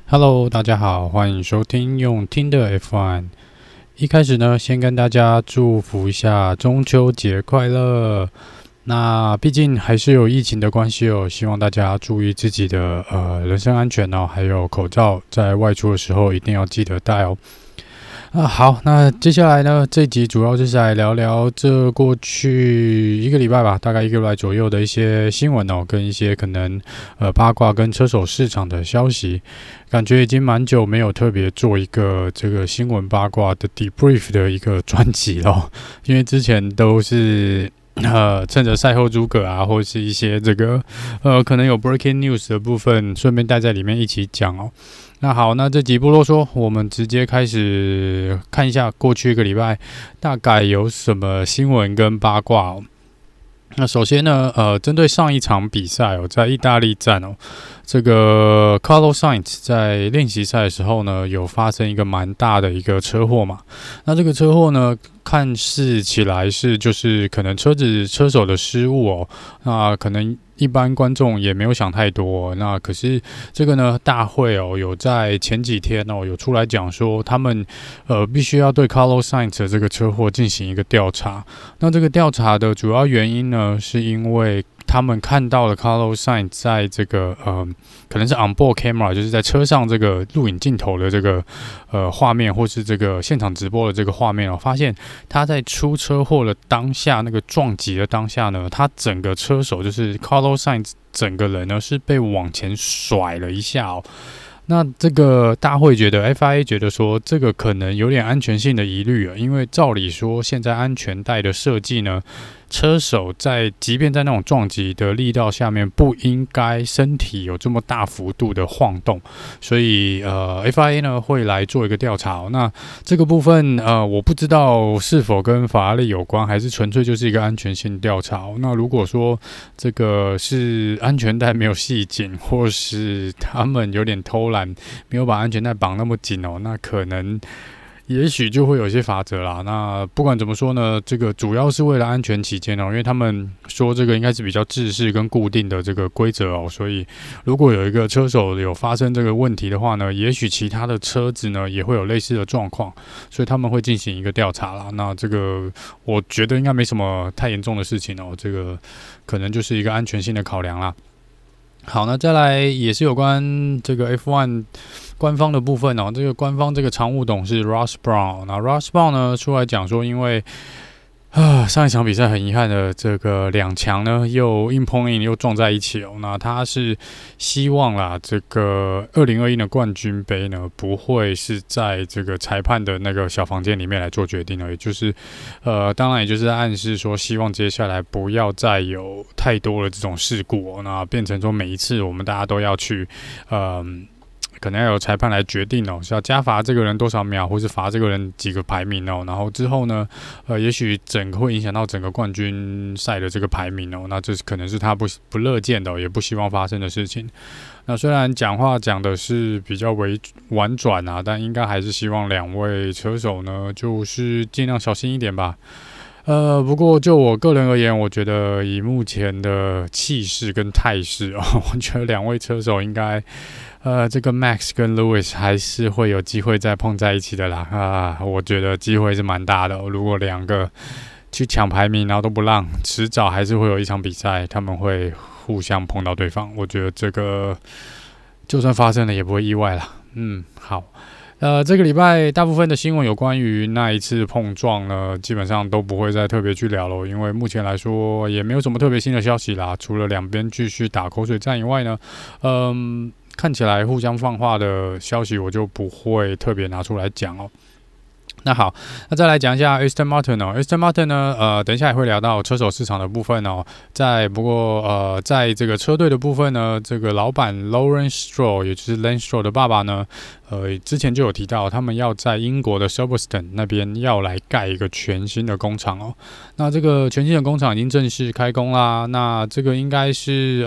Hello，大家好，欢迎收听用听的 F1。一开始呢，先跟大家祝福一下中秋节快乐。那毕竟还是有疫情的关系哦，希望大家注意自己的人身安全哦，还有口罩在外出的时候一定要记得戴哦。好，那接下来呢，这集主要就是来聊聊这过去一个礼拜吧，大概一个礼拜左右的一些新闻哦，跟一些可能八卦跟车手市场的消息，感觉已经蛮久没有特别做一个这个新闻八卦的 debrief 的一个专辑了，因为之前都是。趁着赛后诸葛啊，或是一些这个可能有 breaking news 的部分，顺便带在里面一起讲哦。那好，那这集不啰嗦，我们直接开始看一下过去一个礼拜大概有什么新闻跟八卦哦。那首先呢，针对上一场比赛哦，在意大利站哦，这个 Carlos Sainz 在练习赛的时候呢，有发生一个蛮大的一个车祸嘛。那这个车祸呢，看似起来是就是可能车手的失误哦，那可能一般观众也没有想太多哦。那可是这个呢，大会哦有在前几天哦有出来讲说，他们必须要对 Carlos Sainz 的这个车祸进行一个调查。那这个调查的主要原因呢，是因为他们看到了 Carlos Sainz 在这个可能是 onboard camera， 就是在车上这个录影镜头的这个画面，或是这个现场直播的这个画面哦，发现他在出车祸的当下，那个撞击的当下呢，他整个车手就是 Carlos Sainz 整个人呢是被往前甩了一下哦。那这个大会觉得 FIA 觉得说这个可能有点安全性的疑虑啊，因为照理说现在安全带的设计呢，车手即便在那种撞击的力道下面，不应该身体有这么大幅度的晃动，所以FIA 呢会来做一个调查哦。那这个部分我不知道是否跟法拉利有关，还是纯粹就是一个安全性调查哦。那如果说这个是安全带没有系紧，或是他们有点偷懒，没有把安全带绑那么紧哦，那可能也许就会有一些法则啦。那不管怎么说呢，这个主要是为了安全起见哦，因为他们说这个应该是比较制式跟固定的这个规则哦，所以如果有一个车手有发生这个问题的话呢，也许其他的车子呢也会有类似的状况，所以他们会进行一个调查啦。那这个我觉得应该没什么太严重的事情哦，这个可能就是一个安全性的考量啦。好，那再来也是有关这个 F1 官方的部分哦。这个官方这个常务董事 Ross Brown， 那 Ross Brown 呢出来讲说，因为上一场比赛很遗憾的，这个两强呢又硬碰硬又撞在一起哦。那他是希望啦，这个2021的冠军杯呢不会是在这个裁判的那个小房间里面来做决定了，也就是当然也就是暗示说，希望接下来不要再有太多的这种事故哦，那变成说每一次我们大家都要去可能要有裁判来决定哦，是要加罚这个人多少秒，或是罚这个人几个排名哦。然后之后呢，也许整个会影响到整个冠军赛的这个排名哦。那这可能是他不乐见的哦，也不希望发生的事情。那虽然讲话讲的是比较婉转啊，但应该还是希望两位车手呢，就是尽量小心一点吧。不过就我个人而言，我觉得以目前的气势跟态势哦，我觉得两位车手应该，这个 Max 跟 Lewis 还是会有机会再碰在一起的啦。我觉得机会是蛮大的哦。如果两个去抢排名，然后都不让，迟早还是会有一场比赛，他们会互相碰到对方。我觉得这个就算发生了，也不会意外啦。好。这个礼拜大部分的新闻有关于那一次碰撞呢，基本上都不会再特别去聊了，因为目前来说也没有什么特别新的消息啦。除了两边继续打口水战以外呢，看起来互相放话的消息我就不会特别拿出来讲哦。那好，那再来讲一下 Aston Martin 哦。Aston Martin 呢，等一下也会聊到车手市场的部分哦。不过在这个车队的部分呢，这个老板 Lawrence Stroll， 也就是 Lance Stroll 的爸爸呢，之前就有提到，他们要在英国的 Silverstone 那边要来盖一个全新的工厂哦。那这个全新的工厂已经正式开工啦。那这个应该是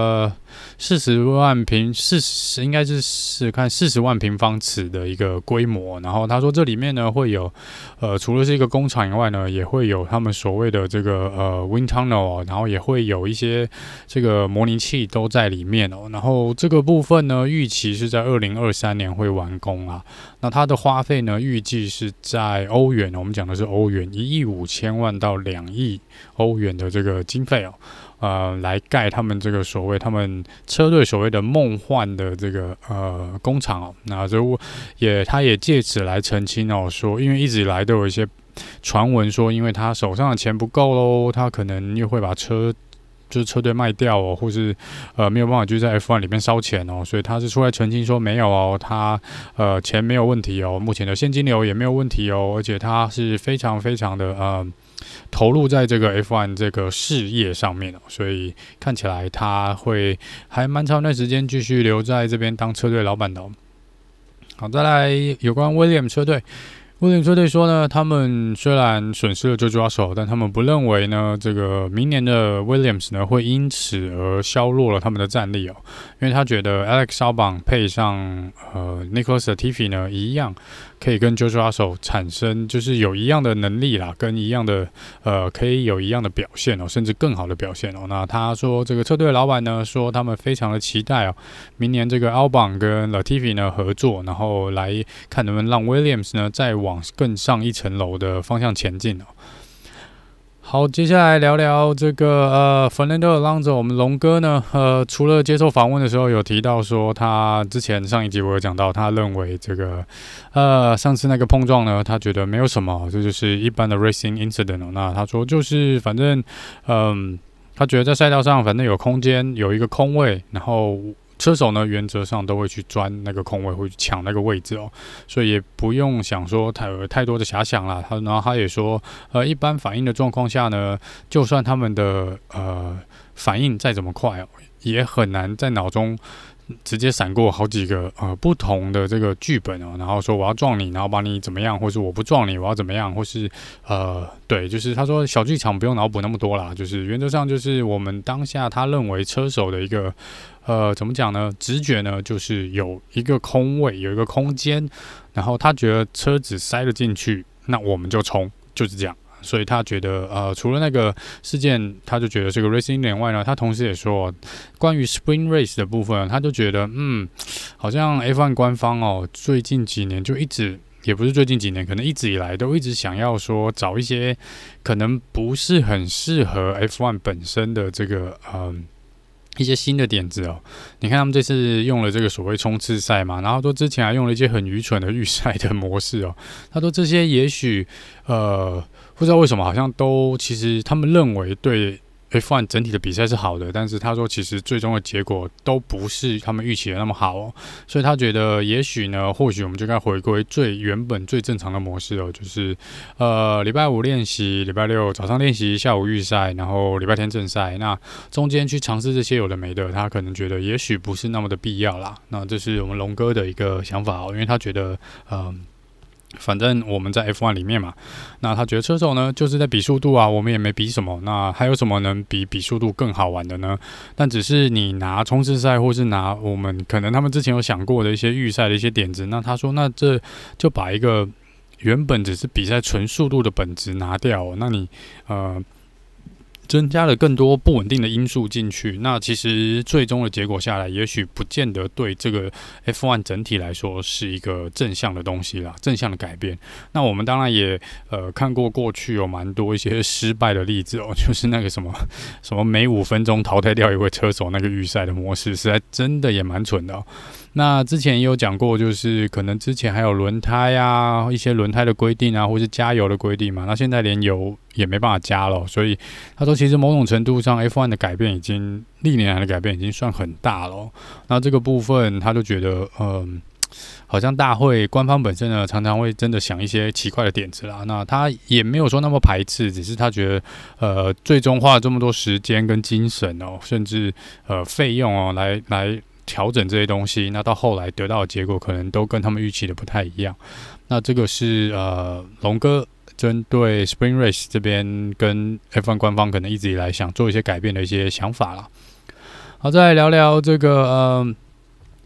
40万平，应该是40万平方尺的一个规模。然后他说这里面呢会有除了是一个工厂以外呢，也会有他们所谓的这个wind tunnel，然后也会有一些这个模拟器都在里面哦。然后这个部分呢，预期是在2023年会完工啊。那它的花费呢，预计是在欧元，我们讲的是欧元1.5亿到2亿欧元的这个经费哦。来盖他们这个他们车队所谓的梦幻的这个工厂哦。那他也借此来澄清哦，说因为一直以来都有一些传闻说，因为他手上的钱不够喽，他可能又会把车队卖掉哦，或是没有办法就在 F1 里面烧钱哦，所以他是出来澄清说没有哦，他钱没有问题哦，目前的现金流也没有问题哦，而且他是非常非常的投入在这个 F1 这个事业上面哦，所以看起来他会还蛮长一段时间继续留在这边当车队老板的哦。好，再来有关 Williams 车队。威廉车队说呢，他们虽然损失了George Russell，但他们不认为呢，这个明年的 Williams 呢会因此而削弱了他们的战力哦，因为他觉得 Alex Albon 配上Nicholas Latifi 呢一样，可以跟 George Russell 产生就是有一样的能力啦，跟一样的可以有一样的表现哦，甚至更好的表现哦。那他说这个车队的老板呢说他们非常的期待哦，明年这个 Albon 跟 Latifi 呢合作，然后来看能不能让 Williams 呢再往更上一层楼的方向前进哦。好，接下来聊聊这个Fernando Alonso， 我们龙哥呢，除了接受访问的时候有提到说，他之前上一集我有讲到，他认为这个上次那个碰撞呢，他觉得没有什么，这就是一般的 racing incident 哦。那他说就是反正他觉得在赛道上反正有空间，有一个空位，然后车手呢，原则上都会去钻那个空位，会去抢那个位置哦，所以也不用想说太多的遐想啦。然后他也说，一般反应的状况下呢，就算他们的反应再怎么快哦，也很难在脑中直接闪过好几个不同的这个剧本哦，然后说我要撞你，然后把你怎么样，或是我不撞你，我要怎么样，或是对，就是他说小剧场不用脑补那么多啦，就是原则上就是我们当下他认为车手的一个怎么讲呢？直觉呢，就是有一个空位，有一个空间，然后他觉得车子塞了进去，那我们就冲，就是这样。所以他觉得除了那个事件，他就觉得这个 racing 点外呢，他同时也说，关于 Spring Race 的部分，他就觉得好像 F1 官方哦，最近几年就一直。也不是最近几年，可能一直以来都一直想要说找一些可能不是很适合 F1 本身的这个一些新的点子哦。你看他们这次用了这个所谓冲刺赛嘛，然后说之前还用了一些很愚蠢的预赛的模式哦。他说这些也许不知道为什么好像都其实他们认为对F1 整体的比赛是好的，但是他说其实最终的结果都不是他们预期的那么好哦，所以他觉得也许呢，或许我们就该回归原本最正常的模式哦，就是礼拜五练习，礼拜六早上练习，下午预赛，然后礼拜天正赛，那中间去尝试这些有的没的，他可能觉得也许不是那么的必要啦。那这是我们龙哥的一个想法哦，因为他觉得反正我们在 F1 里面嘛，那他觉得车手呢就是在比速度啊，我们也没比什么，那还有什么能比速度更好玩的呢？但只是你拿冲刺赛，或是拿我们可能他们之前有想过的一些预赛的一些点子，那他说那这就把一个原本只是比赛纯速度的本质拿掉哦，那你增加了更多不稳定的因素进去，那其实最终的结果下来，也许不见得对这个 F1 整体来说是一个正向的东西啦，正向的改变。那我们当然也看过过去有蛮多一些失败的例子哦，就是那个什么每5分钟淘汰掉一位车手那个预赛的模式，实在真的也蛮蠢的哦。那之前也有讲过，就是可能之前还有轮胎啊，一些轮胎的规定啊，或是加油的规定嘛，那现在连油也没办法加了，所以他说其实某种程度上 F1 的改变已经历年来的改变已经算很大了。那这个部分他就觉得好像大会官方本身呢常常会真的想一些奇怪的点子啦，那他也没有说那么排斥，只是他觉得最终花了这么多时间跟精神哦，甚至费用哦来调整这些东西，那到后来得到的结果可能都跟他们预期的不太一样。那这个是龙哥针对 Spring Race 这边跟 F1 官方可能一直以来想做一些改变的一些想法啦。好，再来聊聊这个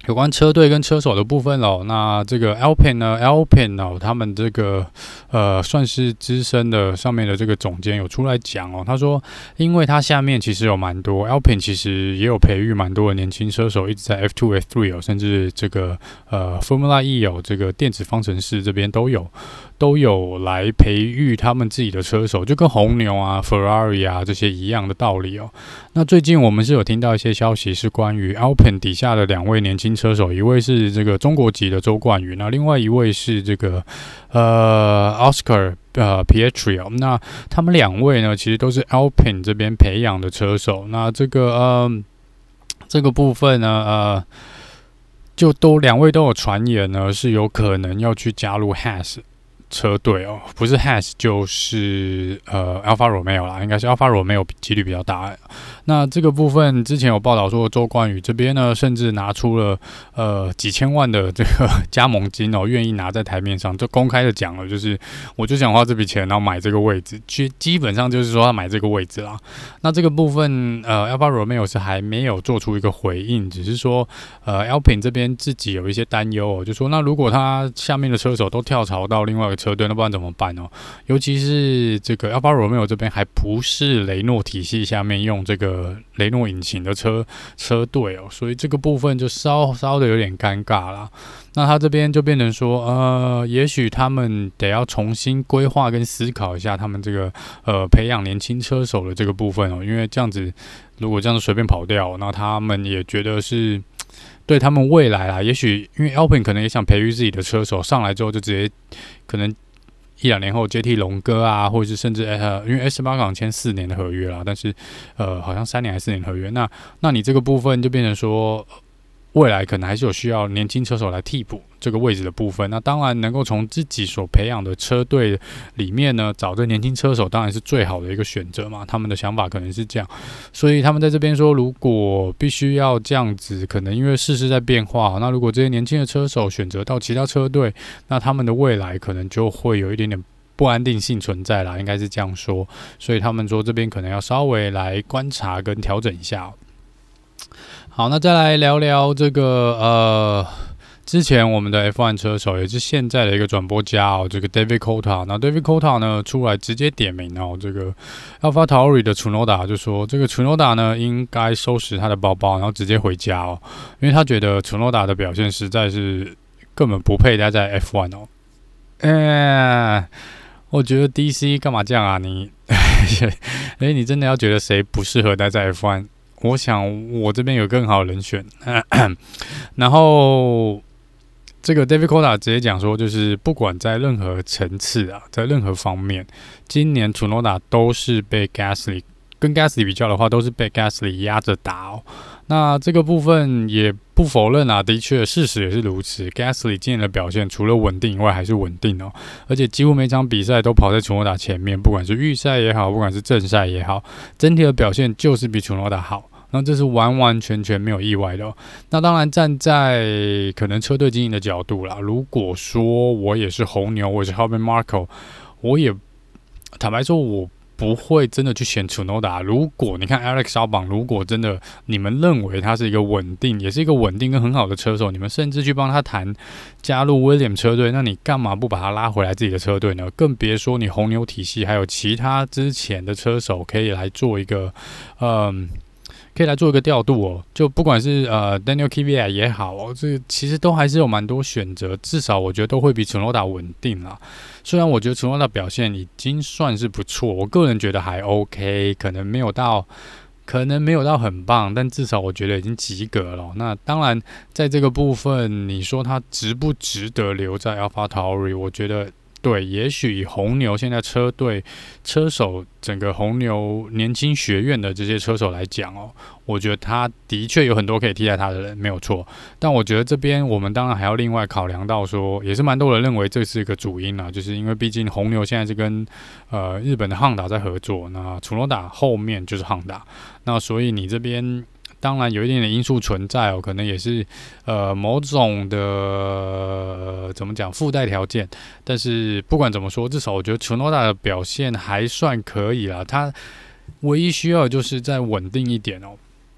有关车队跟车手的部分咯，那这个 Alpine 哦，他们这个算是资深的上面的这个总监有出来讲哦，他说，因为他下面其实有蛮多 Alpine 其实也有培育蛮多的年轻车手，一直在 F2、F3 哦，甚至这个Formula E 哦，这个电子方程式这边都有来培育他们自己的车手，就跟红牛啊、Ferrari 啊这些一样的道理哦。那最近我们是有听到一些消息，是关于 Alpine 底下的2位年轻车手，一位是这个中国籍的周冠宇，那另外一位是这个Oscar Piastri 哦。那他们2位呢，其实都是 Alpine 这边培养的车手。那这个部分呢，就2位都有传言呢，是有可能要去加入 Haas 车队哦，不是 Haas 就是Alfa Romeo 啦，应该是 Alfa Romeo 几率比较大。那这个部分之前有报道说，周冠宇这边呢，甚至拿出了几千万的这个加盟金哦，愿意拿在台面上，就公开的讲了，就是我就想花这笔钱，然后买这个位置，基本上就是说他买这个位置啦。那这个部分Alfa Romeo 是还没有做出一个回应，只是说Alpine 这边自己有一些担忧哦，就说那如果他下面的车手都跳槽到另外一个车队，那不然怎么办哦？尤其是这个 Alfa Romeo 这边还不是雷诺体系下面用这个雷诺引擎的车队哦，所以这个部分就稍的有点尴尬啦。那他这边就变成说，也许他们得要重新规划跟思考一下他们这个培养年轻车手的这个部分哦，因为这样子如果这样子随便跑掉，那他们也觉得是。对他们未来啦，也许因为 Alpine 可能也想培育自己的车手，上来之后就直接可能1-2年后接替龙哥啊，或者是甚至因为 S8 港签4年的合约啦，但是好像3年还是4年合约，那你这个部分就变成说。未来可能还是有需要年轻车手来替补这个位置的部分，那当然能够从自己所培养的车队里面呢，找这年轻车手当然是最好的一个选择嘛。他们的想法可能是这样，所以他们在这边说，如果必须要这样子，可能因为世事在变化，那如果这些年轻的车手选择到其他车队，那他们的未来可能就会有一点点不安定性存在啦，应该是这样说。所以他们说这边可能要稍微来观察跟调整一下哦。好，那再来聊聊这个之前我们的 F1 车手也是现在的一个转播家哦，这个 David Coulthard。那 David Coulthard 呢出来直接点名哦，这个 AlphaTauri 的 Tsunoda 就说，这个 Tsunoda 呢应该收拾他的包包，然后直接回家哦，因为他觉得 Tsunoda 的表现实在是根本不配待在 F1 哦。我觉得 DC 干嘛这样啊？你你真的要觉得谁不适合待在 F1？我想我这边有更好的人选，然后这个 David Coulthard 直接讲说，就是不管在任何层次啊，在任何方面，今年 Tsunoda 都是被 Gasly 跟 Gasly 比较的话，都是被 Gasly 压着打哦。那这个部分也不否认啊，的确事实也是如此。Gasly 今年的表现除了稳定以外还是稳定哦，而且几乎每场比赛都跑在Tsunoda前面，不管是预赛也好，不管是正赛也好，整体的表现就是比Tsunoda好。那这是完完全全没有意外的哦。那当然，站在可能车队经营的角度啦，如果说我也是红牛，我也是 Helmut Marko， 我也坦白说，我不会真的去选 Tsunoda。如果你看 Alex Albon， 如果真的你们认为他是一个稳定，也是一个稳定跟很好的车手，你们甚至去帮他谈加入 Williams 车队，那你干嘛不把他拉回来自己的车队呢？更别说你红牛体系还有其他之前的车手可以来做一个调度哦，就不管是Daniel Kvyat 也好哦，这其实都还是有蛮多选择，至少我觉得都会比 Tsunoda 稳定啦。虽然我觉得 Tsunoda 表现已经算是不错，我个人觉得还 OK， 可能没有到很棒，但至少我觉得已经及格了。那当然，在这个部分，你说他值不值得留在 AlphaTauri， 我觉得。对，也许以红牛现在车队车手整个红牛年轻学院的这些车手来讲哦，我觉得他的确有很多可以替代他的人，没有错。但我觉得这边我们当然还要另外考量到说，也是蛮多人认为这是一个主因啦，就是因为毕竟红牛现在是跟日本的Honda在合作，那Tsunoda后面就是Honda，那所以你这边。当然有一点点因素存在哦，可能也是某种的怎么讲附带条件，但是不管怎么说，至少我觉得Tsunoda的表现还算可以啦。他唯一需要的就是再稳定一点哦。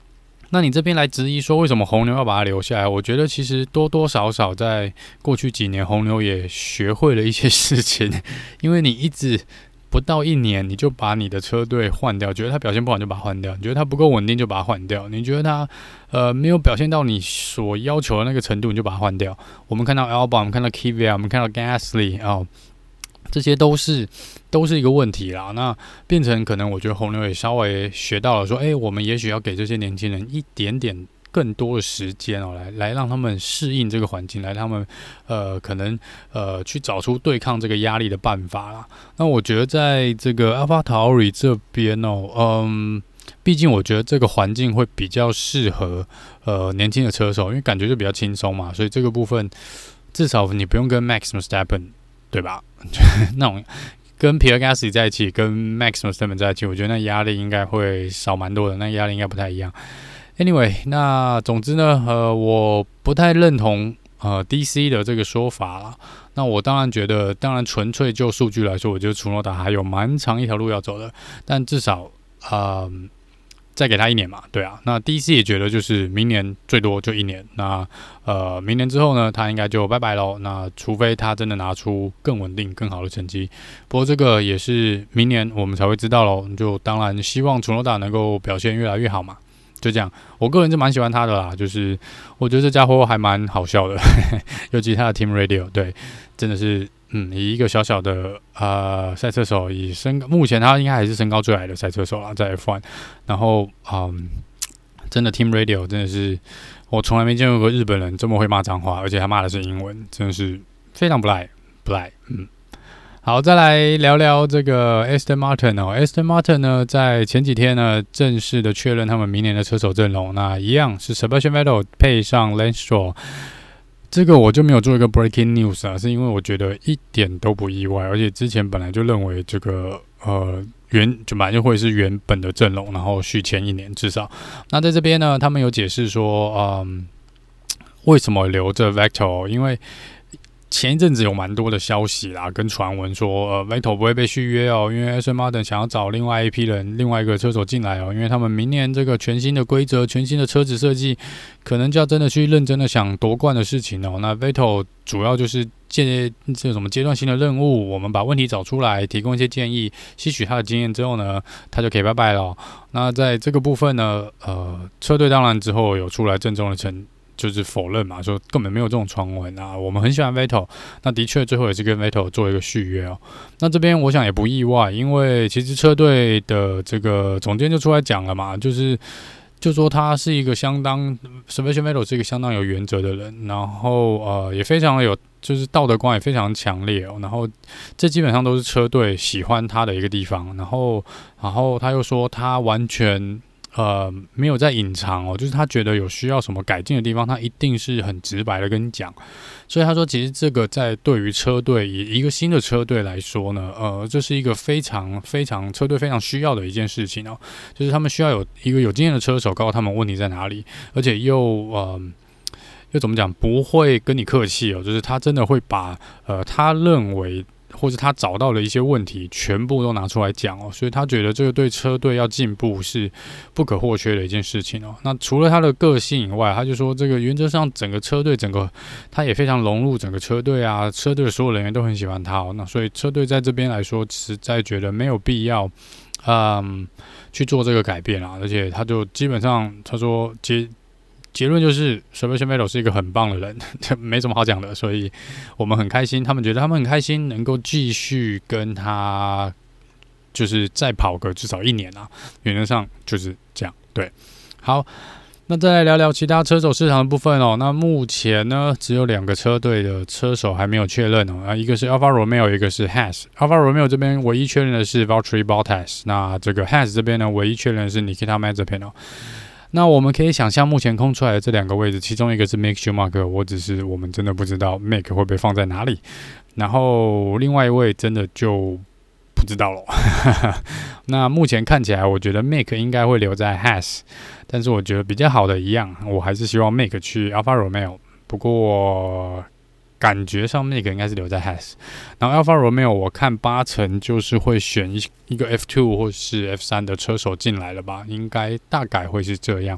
那你这边来质疑说为什么红牛要把它留下来？我觉得其实多多少少在过去几年，红牛也学会了一些事情，因为你一直不到1年你就把你的车队换掉，觉得他表现不好就把它换掉，你觉得他不够稳定就把它换掉，你觉得他没有表现到你所要求的那个程度，你就把它换掉。我们看到 Albon， 我们看到 Kvyat， 我们看到 Gasly 这些都是一个问题啦。那变成可能我觉得红牛也稍微学到了说，我们也许要给这些年轻人一点点更多的时间来让他们适应这个环境，来让他们可能去找出对抗这个压力的办法啦。那我觉得在这个 AlphaTauri 这边毕竟我觉得这个环境会比较适合年轻的车手，因为感觉就比较轻松嘛，所以这个部分至少你不用跟 Max Verstappen 对吧？那种跟Pierre Gasly 在一起，跟 Max Verstappen 在一起，我觉得那压力应该会少蛮多的，那压力应该不太一样。Anyway， 那总之呢，我不太认同DC 的这个说法啦。那我当然觉得，当然纯粹就数据来说，我觉得楚诺达还有蛮长一条路要走的，但至少再给他1年嘛，对啊。那 DC 也觉得就是明年最多就1年，那明年之后呢，他应该就拜拜咯。那除非他真的拿出更稳定、更好的成绩，不过这个也是明年我们才会知道咯。就当然希望楚诺达能够表现越来越好嘛。就这样，我个人是蛮喜欢他的啦，就是我觉得这家伙还蛮好笑的，尤其他的 Team Radio， 对，真的是以一个小小的赛车手，以目前他应该还是身高最矮的赛车手啦，在 F1， 然后真的 Team Radio 真的是我从来没见过个日本人这么会骂脏话，而且他骂的是英文，真的是非常不赖。好，再来聊聊这个 Aston Martin。Aston Martin 呢，在前几天呢，正式的确认他们明年的车手阵容。那一样是 Sebastian Vettel 配上 Lance Stroll。这个我就没有做一个 breaking news 啊，是因为我觉得一点都不意外，而且之前本来就认为这个就本来就会是原本的阵容，然后续签1年至少。那在这边呢，他们有解释说，为什么留着 Vettel， 因为前一阵子有蛮多的消息啦，跟传闻说，Vettel 不会被续约哦，因为 Aston Martin 想要找另外一批人，另外一个车手进来哦，因为他们明年这个全新的规则、全新的车子设计，可能就要真的去认真的想夺冠的事情哦。那 Vettel 主要就是这什么阶段性的任务，我们把问题找出来，提供一些建议，吸取他的经验之后呢，他就可以拜拜了。那在这个部分呢，车队当然之后有出来郑重的就是否认嘛，说根本没有这种传闻啊。我们很喜欢 Vettel， 那的确最后也是跟 Vettel 做一个续约哦。那这边我想也不意外，因为其实车队的这个总监就出来讲了嘛，就说他是一个Sebastian Vettel 是一个相当有原则的人，然后也非常有就是道德观也非常强烈哦。然后这基本上都是车队喜欢他的一个地方。然后他又说他完全没有在隐藏哦，就是他觉得有需要什么改进的地方，他一定是很直白的跟你讲。所以他说，其实这个在对于车队以一个新的车队来说呢，这是一个非常车队非常需要的一件事情哦，就是他们需要有一个有经验的车手告诉他们问题在哪里，而且又怎么讲，不会跟你客气哦，就是他真的会把他认为或者他找到的一些问题全部都拿出来讲哦，所以他觉得这个对车队要进步是不可或缺的一件事情哦。那除了他的个性以外，他就说这个原则上整个车队他也非常融入整个车队啊，车队的所有人员都很喜欢他哦。那所以车队在这边来说，实在觉得没有必要去做这个改变啊，而且他就基本上他说结论就是 Sebastian Vettel 是一个很棒的人，没什么好讲的，所以我们很开心，他们觉得他们很开心能够继续跟他就是再跑个至少1年啊，原则上就是这样。对，好，那再来聊聊其他车手市场的部分哦。那目前呢，只有2个车队的车手还没有确认哦，一个是 Alfa Romeo， 一个是 Haas。Alfa Romeo 这边唯一确认的是 Valtteri Bottas， 那这个 Haas 这边呢，唯一确认的是 Nikita Mazepin 哦。那我们可以想象，目前空出来的这2个位置，其中一个是 Mick Schumacher，我们真的不知道 Mick 会被放在哪里，然后另外一位真的就不知道了。那目前看起来，我觉得 Mick 应该会留在 Haas， 但是我觉得比较好的一样，我还是希望 Mick 去 Alfa Romeo， 不过感觉上 Mick 应该是留在 Haas， 然后 Alfa Romeo 我看8成就是会选一个 F2 或是 F3 的车手进来了吧，应该大概会是这样。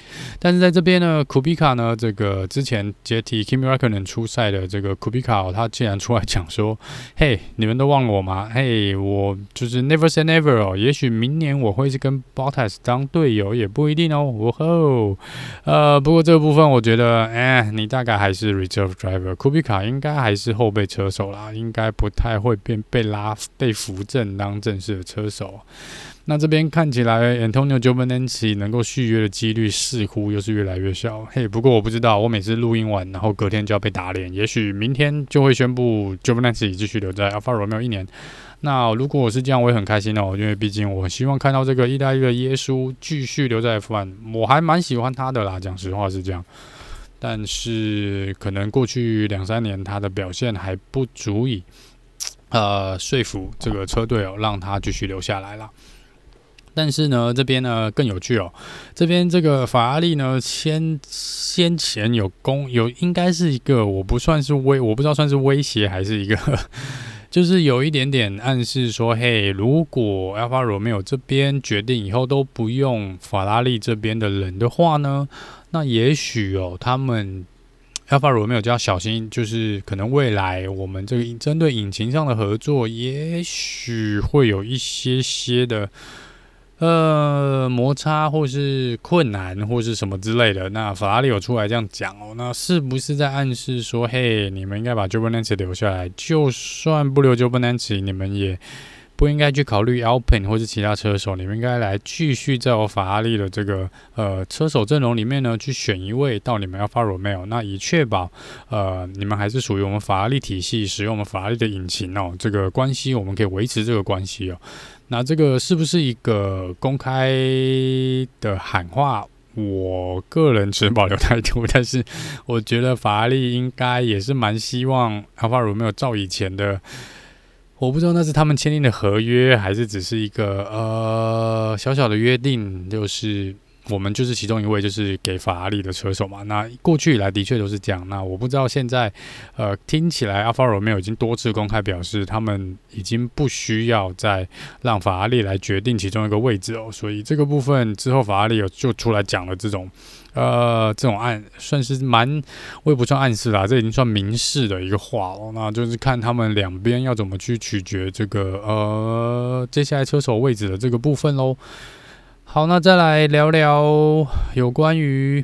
但是在这边呢，Kubica 呢，这个之前接替 Kimi Räikkönen 出赛的这个 Kubica，他竟然出来讲说：“嘿，你们都忘了我吗？嘿，我就是 never say never 哦，也许明年我会是跟 Bottas 当队友，也不一定哦。哦吼，不过这个部分我觉得，你大概还是 reserve driver，Kubica 应该还是后备车手啦，应该不太会被扶正当正式的车手。”那这边看起来 Antonio Giovinazzi 能够续约的几率似乎又是越来越小。嘿，不过我不知道，我每次录音完，然后隔天就要被打脸。也许明天就会宣布 Giovinazzi 继续留在 Alfa Romeo 1年。那如果我是这样，我也很开心哦，因为毕竟我希望看到这个意大利的耶稣继续留在 F1，我还蛮喜欢他的啦，讲实话是这样。但是可能过去2-3年他的表现还不足以说服这个车队让他继续留下来啦。但是呢，这边呢更有趣哦。这边这个法拉利呢，先前有应该是一个我不知道算是威胁还是一个，就是有一点点暗示说，嘿，如果 Alfa Romeo 这边决定以后都不用法拉利这边的人的话呢，那也许他们Alfa Romeo 就要小心，就是可能未来我们这个针对引擎上的合作，也许会有一些的。摩擦或是困难或是什么之类的，那法拉利有出来这样讲哦，那是不是在暗示说，嘿，你们应该把 Giovinazzi 留下来，就算不留 Giovinazzi，你们也不应该去考虑 Alpine 或是其他车手，你们应该来继续在我法拉利的这个车手阵容里面呢，去选一位到你们Alfa Romeo，那以确保你们还是属于我们法拉利体系，使用我们法拉利的引擎哦，这个关系我们可以维持这个关系哦。那这个是不是一个公开的喊话？我个人持保留态度，但是我觉得法拉利应该也是蛮希望 Alfa Romeo 照以前的，我不知道那是他们签订的合约，还是只是一个小小的约定，就是我们就是其中一位，就是给法拉利的车手嘛。那过去以来的确都是这样。那我不知道现在，听起来 Alfa Romeo 已经多次公开表示，他们已经不需要再让法拉利来决定其中一个位置哦。所以这个部分之后，法拉利就出来讲了这种算是我也不算暗示啦，这已经算明示的一个话哦。那就是看他们两边要怎么去取决这个接下来车手位置的这个部分咯。好，那再来聊聊有关于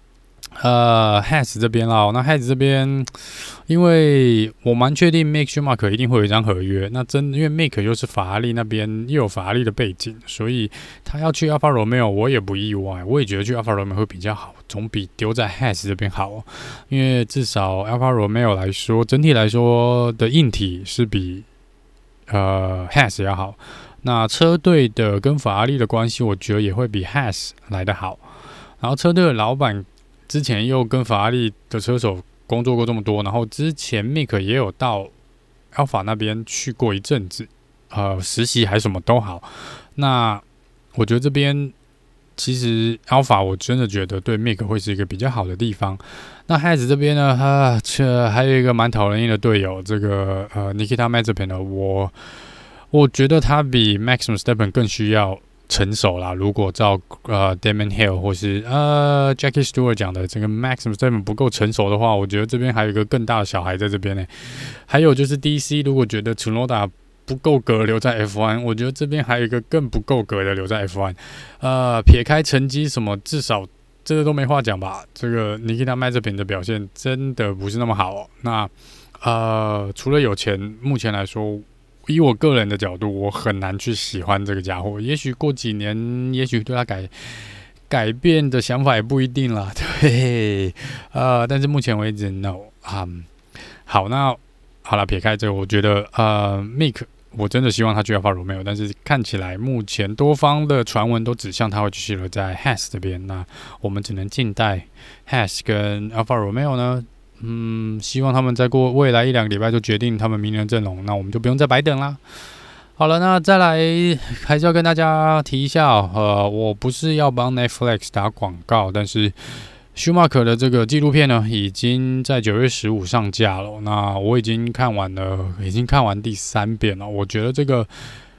Haas 这边啦。那 Haas 这边，因为我蛮确定 Mick Schumacher 一定会有一张合约。那因为 Mick 又是法拉利那边又有法拉利的背景，所以他要去 Alfa Romeo 我也不意外。我也觉得去 Alfa Romeo 会比较好，总比丢在 Haas 这边好哦。因为至少 Alfa Romeo 来说，整体来说的硬体是比Haas 要好。那车队的跟法拉利的关系，我觉得也会比 Haas 来得好。然后车队的老板之前又跟法拉利的车手工作过这么多，然后之前 Mick 也有到 Alfa 那边去过一阵子，实习还什么都好。那我觉得这边其实 Alfa 我真的觉得对 Mick 会是一个比较好的地方。那 Haas 这边呢，还有一个蛮讨人厌的队友，这个Nikita Mazepin 呢，我觉得他比 Max Verstappen 更需要成熟啦。如果照Damon Hill 或是Jackie Stewart 讲的，这个 Max Verstappen 不够成熟的话，我觉得这边还有一个更大的小孩在这边呢。还有就是 DC 如果觉得 Tsunoda 不够格留在 F1， 我觉得这边还有一个更不够格的留在 F1。撇开成绩什么，至少这个都没话讲吧。这个 Nikita Mazepin 的表现真的不是那么好哦。那除了有钱，目前来说，以我个人的角度，我很难去喜欢这个家伙。也许过几年，也许对他改变的想法也不一定啦。对，但是目前为止 ，no。好，那好了，撇开这个，我觉得Mick 我真的希望他去 Alfa Romeo， 但是看起来目前多方的传闻都指向他会继续留在 Haas 这边。那我们只能静待 Haas 跟 Alfa Romeo 呢。希望他们再过未来1-2个礼拜就决定他们明年的阵容，那我们就不用再白等啦。好了，那再来还是要跟大家提一下我不是要帮 Netflix 打广告，但是 Schumacher 的这个纪录片呢，已经在9月15上架了。那我已经看完第3遍了。我觉得这个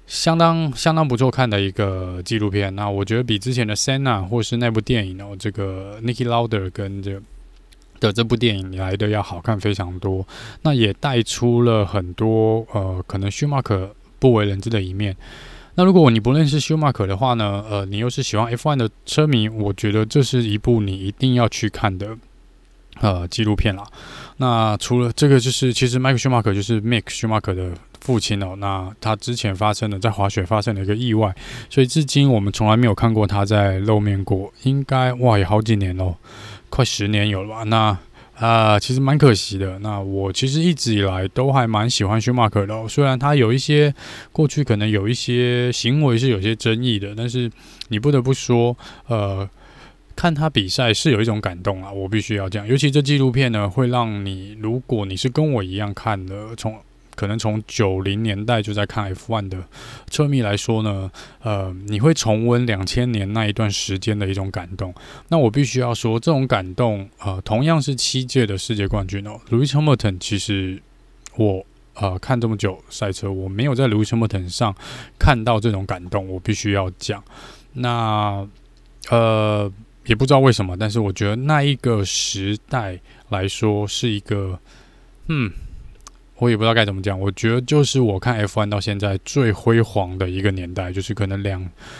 相当不错看的一个纪录片。那我觉得比之前的 Senna 或是那部电影这个 Niki Lauda 跟这部电影来的要好看非常多。那也带出了很多可能 Schumacher 不为人知的一面。那如果你不认识 Schumacher 的话呢，你又是喜欢 F1 的车迷，我觉得这是一部你一定要去看的纪录片啦。那除了这个，就是其实 Michael Schumacher 就是 Mick Schumacher 的父亲那他之前在滑雪发生了一个意外，所以至今我们从来没有看过他在露面过，应该也好几年咯，快10年有了吧。那其实蛮可惜的。那我其实一直以来都还蛮喜欢 Schumacher 的虽然他有一些过去可能有一些行为是有些争议的，但是你不得不说看他比赛是有一种感动我必须要这样。尤其这纪录片呢，会让你，如果你是跟我一样看的，可能从90年代就在看 F1 的车迷来说呢，你会重温2000年那一段时间的一种感动。那我必须要说，这种感动，同样是7届的世界冠军Lewis Hamilton， 其实我看这么久赛车，我没有在 Lewis Hamilton 上看到这种感动，我必须要讲。那也不知道为什么，但是我觉得那一个时代来说是一个，我也不知道该怎么讲。我觉得就是我看 F1 到现在最辉煌的一个年代，就是可能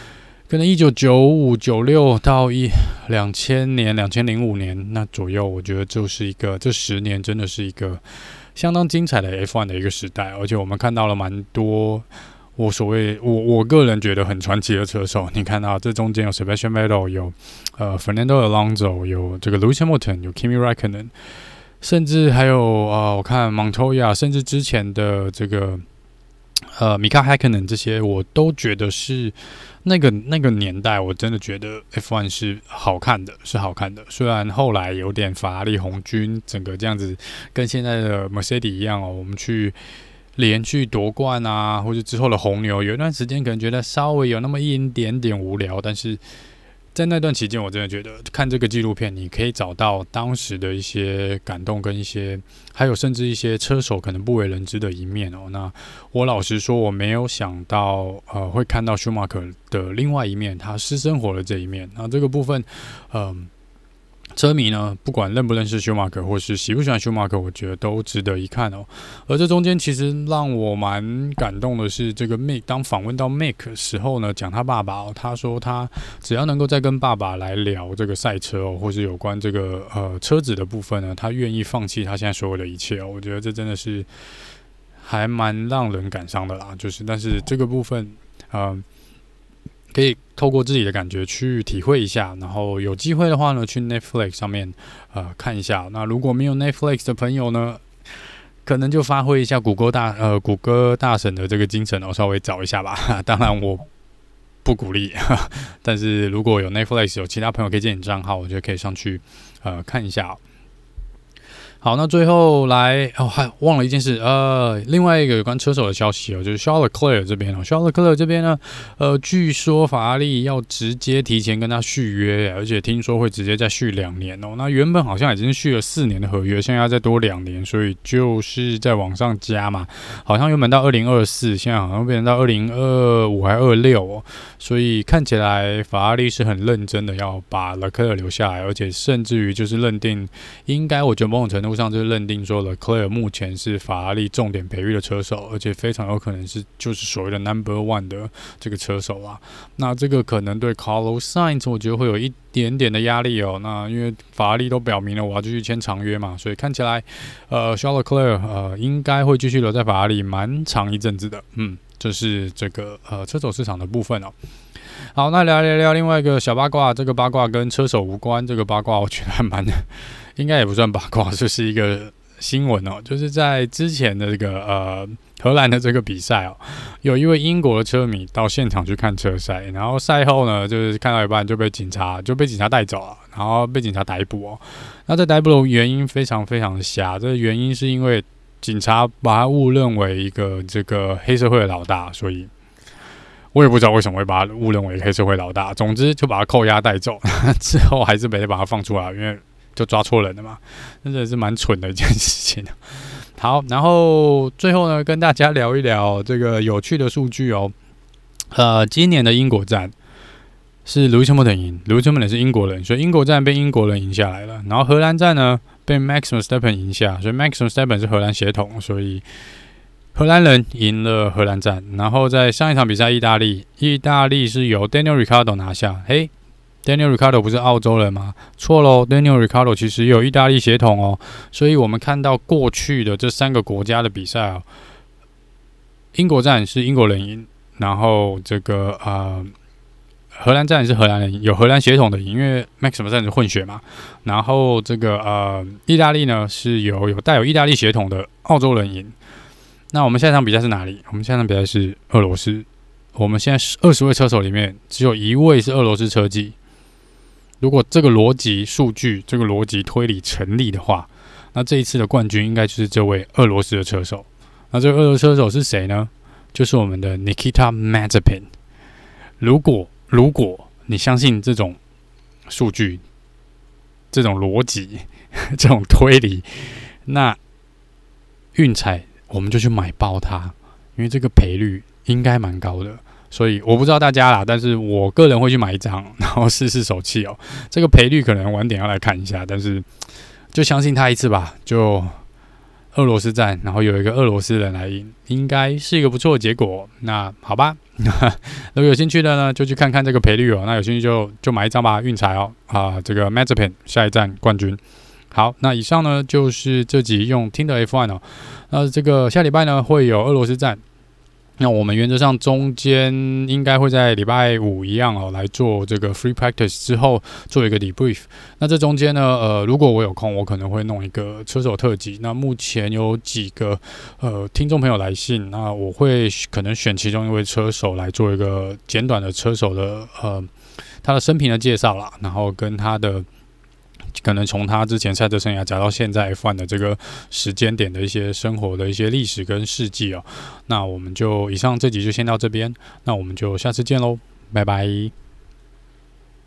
1995、96到2000年、2005年那左右，我觉得就是一个这10年真的是一个相当精彩的 F1 的一个时代，而且我们看到了蛮多。我个人觉得很传奇的车手，你看到这中间有 Sebastian Vettel， 有Fernando Alonso， 有这个 Lewis Hamilton， 有 Kimi Räikkönen， 甚至还有我看 Montoya， 甚至之前的这个Mika Häkkinen 这些，我都觉得是那个年代，我真的觉得 F1 是好看的，是好看的。虽然后来有点法拉利红军整个这样子，跟现在的 Mercedes 一样我们去连续夺冠或者之后的红牛，有一段时间可能觉得稍微有那么一点点无聊，但是在那段期间，我真的觉得看这个纪录片，你可以找到当时的一些感动，跟还有甚至一些车手可能不为人知的一面那我老实说，我没有想到会看到 Schumacher 的另外一面，他私生活的这一面。那这个部分，车迷呢，不管认不认识 Schumacher 或是喜不喜欢 Schumacher， 我觉得都值得一看而这中间其实让我蛮感动的是，这个 Mick 当访问到 Mick 时候呢，讲他爸爸他说他只要能够再跟爸爸来聊这个赛车或是有关这个车子的部分呢，他愿意放弃他现在所有的一切我觉得这真的是还蛮让人感伤的啦。但是这个部分可以透过自己的感觉去体会一下，然后有机会的话呢，去 Netflix 上面看一下。那如果没有 Netflix 的朋友呢，可能就发挥一下谷歌大神的这个精神稍微找一下吧。当然我不鼓励，但是如果有 Netflix 有其他朋友可以建你账号，我觉得可以上去看一下好，那最后来还忘了一件事，另外一个有关车手的消息就是 Charles Leclerc 这边Charles Leclerc 这边呢，据说法拉利要直接提前跟他续约，而且听说会直接再续2年那原本好像已经续了4年的合约，现在要再多2年，所以就是在往上加嘛，好像原本到2024，现在好像变成到2025还26所以看起来法拉利是很认真的要把 Leclerc 留下来，而且甚至于就是认定，应该我觉得某种程度上就是认定说 Leclerc 目前是法拉利重点培育的车手，而且非常有可能是就是所谓的 No.1 的这个车手那这个可能对 Carlos Sainz 我觉得会有一点点的压力那因为法拉利都表明了我要继续签长约嘛，所以看起来Charles Leclerc 应该会继续留在法拉利蛮长一阵子的。这是这个车手市场的部分好，那聊另外一个小八卦，这个八卦跟车手无关，这个八卦我觉得还蛮应该也不算八卦，就是一个新闻就是在之前的这个荷兰的这个比赛有一位英国的车迷到现场去看车赛，然后赛后呢，就是看到一半就被警察带走了，然后被警察逮捕那这逮捕的原因非常非常瞎，这个原因是因为警察把他误认为一个这个黑社会的老大，所以我也不知道为什么会把他误认为黑社会老大，总之就把他扣押带走，之后还是没把他放出来，因为就抓错人了嘛，真的是蛮蠢的一件事情好，然后最后呢，跟大家聊一聊这个有趣的数据今年的英国站是 Lewis Hamilton 赢，Lewis Hamilton 是英国人，所以英国站被英国人赢下来了。然后荷兰站呢被 Max Verstappen 赢下，所以 Max Verstappen 是荷兰血统，所以荷兰人赢了荷兰站。然后在上一场比赛，意大利是由 Daniel Ricciardo 拿下。Daniel Ricciardo 不是澳洲人吗？错咯 ，Daniel Ricciardo 其实也有意大利血统哦。所以我们看到过去的这3个国家的比赛哦，英国站是英国人赢，然后这个荷兰站是荷兰人，有荷兰血统的赢，因为 Max Verstappen 是混血嘛。然后这个意大利呢是有带有意大利血统的澳洲人赢。那我们下一场比赛是哪里？我们下一场比赛是俄罗斯。我们现在20位车手里面只有1位是俄罗斯车籍。如果这个逻辑数据、这个逻辑推理成立的话，那这一次的冠军应该就是这位俄罗斯的车手。那这个俄罗斯车手是谁呢？就是我们的 Nikita Mazepin。如果你相信这种数据、这种逻辑、这种推理，那运彩我们就去买爆它，因为这个赔率应该蛮高的。所以我不知道大家啦，但是我个人会去买一张，然后试手气哦。这个赔率可能晚点要来看一下，但是就相信他一次吧。就俄罗斯站，然后有一个俄罗斯人来赢，应该是一个不错的结果。那好吧，如果有兴趣的呢，就去看看这个赔率哦。那有兴趣就买一张吧，运彩哦。这个 Mazepin 下一站冠军。好，那以上呢就是这集用听的 F1 哦。那这个下礼拜呢会有俄罗斯站。那我们原则上中间应该会在礼拜5一样哦，来做这个 free practice 之后做一个 debrief。那这中间呢，如果我有空，我可能会弄一个车手特辑。那目前有几个听众朋友来信，那我会可能选其中一位车手来做一个简短的车手的他的生平的介绍啦，然后跟他的。可能从他之前赛车生涯讲到现在 F1 的这个时间点的一些生活的一些历史跟事迹哦，那我们就以上这集就先到这边，那我们就下次见喽，拜拜。